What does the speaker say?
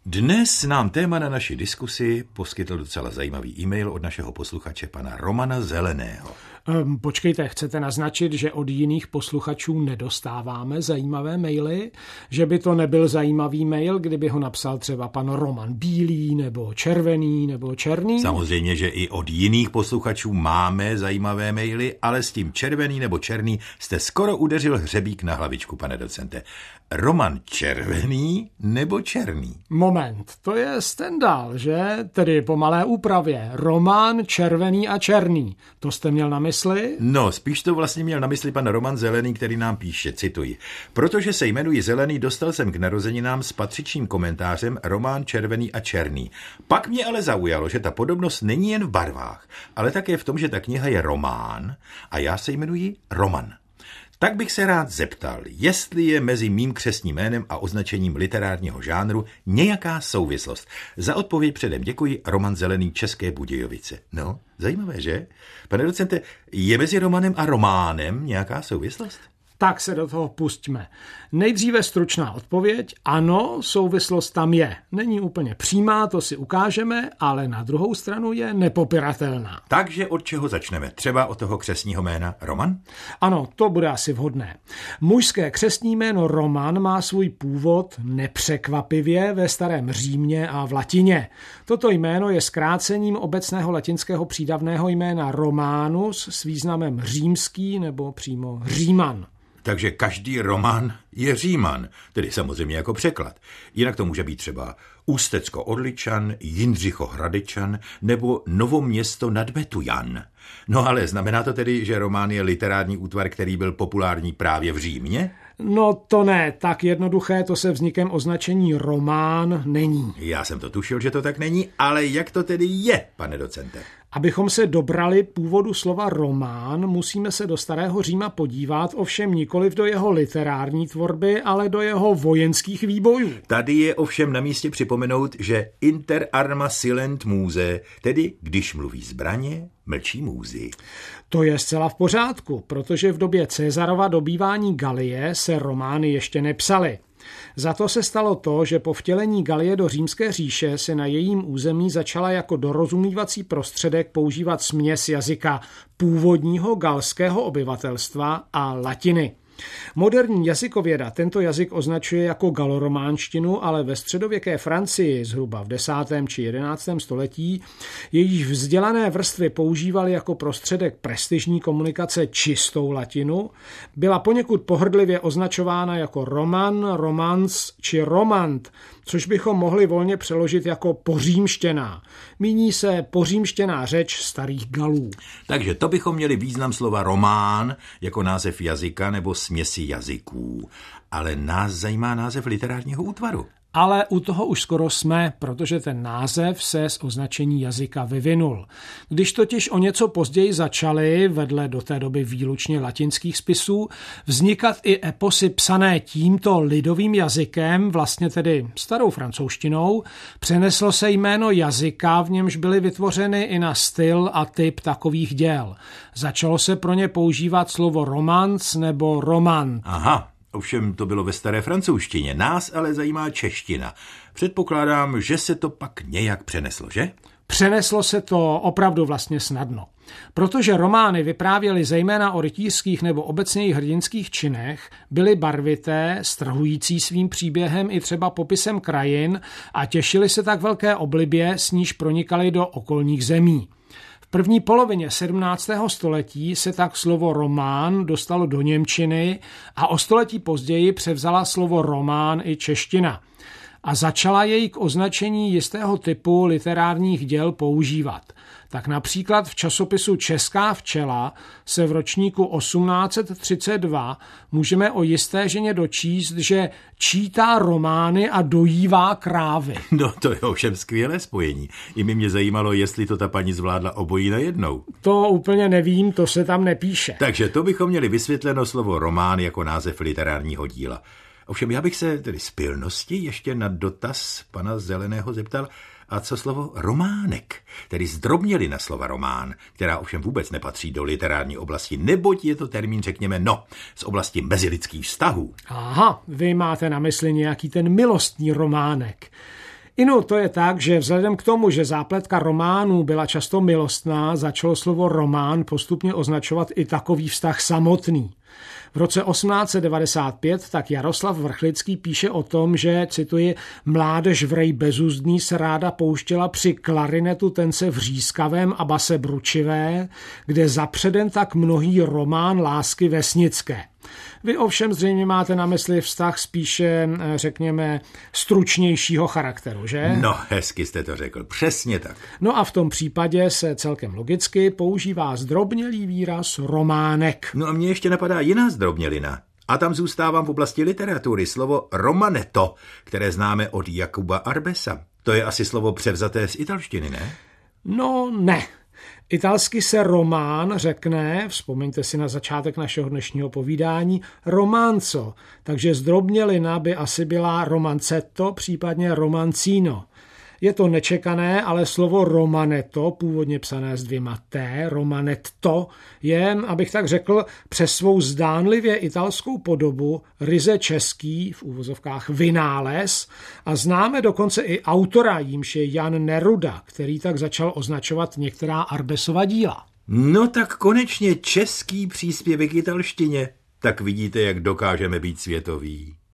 Dnes nám téma na naši diskusi poskytl docela zajímavý e-mail od našeho posluchače pana Romana Zeleného. Počkejte, chcete naznačit, že od jiných posluchačů nedostáváme zajímavé maily? Že by to nebyl zajímavý mail, kdyby ho napsal třeba pan Roman Bílý, nebo Červený, nebo Černý? Samozřejmě, že i od jiných posluchačů máme zajímavé maily, ale s tím Červený nebo Černý jste skoro udeřil hřebík na hlavičku, pane docente. Roman Červený nebo Černý? Moment, to je Stendhal, že? Tedy po malé úpravě. Roman Červený a Černý. To jste měl na mysli? No, spíš to vlastně měl na mysli pan Roman Zelený, který nám píše, cituji. Protože se jmenuji Zelený, dostal jsem k narozeninám s patřičným komentářem Román Červený a Černý. Pak mě ale zaujalo, že ta podobnost není jen v barvách, ale také v tom, že ta kniha je román a já se jmenuji Roman. Tak bych se rád zeptal, jestli je mezi mým křestním jménem a označením literárního žánru nějaká souvislost. Za odpověď předem děkuji, Roman Zelený, České Budějovice. No, zajímavé, že? Pane docente, je mezi romanem a románem nějaká souvislost? Tak se do toho pustíme. Nejdříve stručná odpověď. Ano, souvislost tam je. Není úplně přímá, to si ukážeme, ale na druhou stranu je nepopiratelná. Takže od čeho začneme? Třeba od toho křestního jména Roman? Ano, to bude asi vhodné. Mužské křestní jméno Roman má svůj původ nepřekvapivě ve starém Římě a v latině. Toto jméno je zkrácením obecného latinského přídavného jména Romanus s významem římský nebo přímo Říman. Takže každý Roman je Říman, tedy samozřejmě jako překlad. Jinak to může být třeba Ústecko-Orličan, Jindřicho-Hradečan nebo Novoměsto nad Betujan. No ale znamená to tedy, že román je literární útvar, který byl populární právě v Římě? No to ne, tak jednoduché to se vznikem označení román není. Já jsem to tušil, že to tak není, ale jak to tedy je, pane docente? Abychom se dobrali původu slova román, musíme se do starého Říma podívat, ovšem nikoliv do jeho literární tvorby, ale do jeho vojenských výbojů. Tady je ovšem na místě připomenout, že inter arma silent muse, tedy když mluví zbraně, mlčí můzy. To je zcela v pořádku, protože v době Cezarova dobývání Galie se romány ještě nepsaly. Za to se stalo to, že po vtělení Galie do Římské říše se na jejím území začala jako dorozumívací prostředek používat směs jazyka původního galského obyvatelstva a latiny. Moderní jazykověda tento jazyk označuje jako galorománštinu, ale ve středověké Francii zhruba v 10. či 11. století jejíž vzdělané vrstvy používaly jako prostředek prestižní komunikace čistou latinu, byla poněkud pohrdlivě označována jako roman, romans či romant, což bychom mohli volně přeložit jako pořímštěná. Míní se pořímštěná řeč starých Galů. Takže to bychom měli význam slova román jako název jazyka nebo směsi jazyků. Ale nás zajímá název literárního útvaru. Ale u toho už skoro jsme, protože ten název se z označení jazyka vyvinul. Když totiž o něco později začaly, vedle do té doby výlučně latinských spisů, vznikat i eposy psané tímto lidovým jazykem, vlastně tedy starou francouzštinou, přeneslo se jméno jazyka, v němž byly vytvořeny i na styl a typ takových děl. Začalo se pro ně používat slovo romans nebo romant. Aha. Ovšem to bylo ve staré francouzštině, nás ale zajímá čeština. Předpokládám, že se to pak nějak přeneslo, že? Přeneslo se to opravdu vlastně snadno. Protože romány vyprávěly zejména o rytířských nebo obecněji hrdinských činech, byly barvité, strhující svým příběhem i třeba popisem krajin a těšily se tak velké oblibě, s níž pronikaly do okolních zemí. V první polovině 17. století se tak slovo román dostalo do němčiny a o století později převzala slovo román i čeština. A začala jej k označení jistého typu literárních děl používat. Tak například v časopisu Česká včela se v ročníku 1832 můžeme o jisté ženě dočíst, že čítá romány a dojívá krávy. No to je ovšem skvělé spojení. I mě zajímalo, jestli to ta paní zvládla obojí najednou. To úplně nevím, to se tam nepíše. Takže to bychom měli vysvětleno slovo román jako název literárního díla. Ovšem já bych se tedy z pilnosti ještě na dotaz pana Zeleného zeptal, a co slovo románek, tedy zdrobněli na slova román, která ovšem vůbec nepatří do literární oblasti, neboť je to termín, řekněme, z oblasti mezilidských vztahů. Aha, vy máte na mysli nějaký ten milostný románek. Inu, to je tak, že vzhledem k tomu, že zápletka románů byla často milostná, začalo slovo román postupně označovat i takový vztah samotný. V roce 1895 tak Jaroslav Vrchlický píše o tom, že, cituji, mládež vrej bezuzdný se ráda pouštěla při klarinetu tence vřískavém a base bručivé, kde zapředen tak mnohý román lásky vesnické. Vy ovšem zřejmě máte na mysli vztah spíše, řekněme, stručnějšího charakteru, že? No, hezky jste to řekl, přesně tak. No a v tom případě se celkem logicky používá zdrobnělý výraz románek. No a mně ještě napadá jiná zdrobnělina. A tam zůstávám v oblasti literatury, slovo romanetto, které známe od Jakuba Arbesa. To je asi slovo převzaté z italštiny, ne? No ne. Italsky se román řekne, vzpomeňte si na začátek našeho dnešního povídání, romanzo, takže zdrobnělina by asi byla romancetto, případně romancino. Je to nečekané, ale slovo romanetto, původně psané s 2 T, romanetto, je, abych tak řekl, přes svou zdánlivě italskou podobu ryze český, v úvozovkách vynález, a známe dokonce i autora, jímž je Jan Neruda, který tak začal označovat některá Arbesova díla. No tak konečně český příspěvek italštině. Tak vidíte, jak dokážeme být světoví.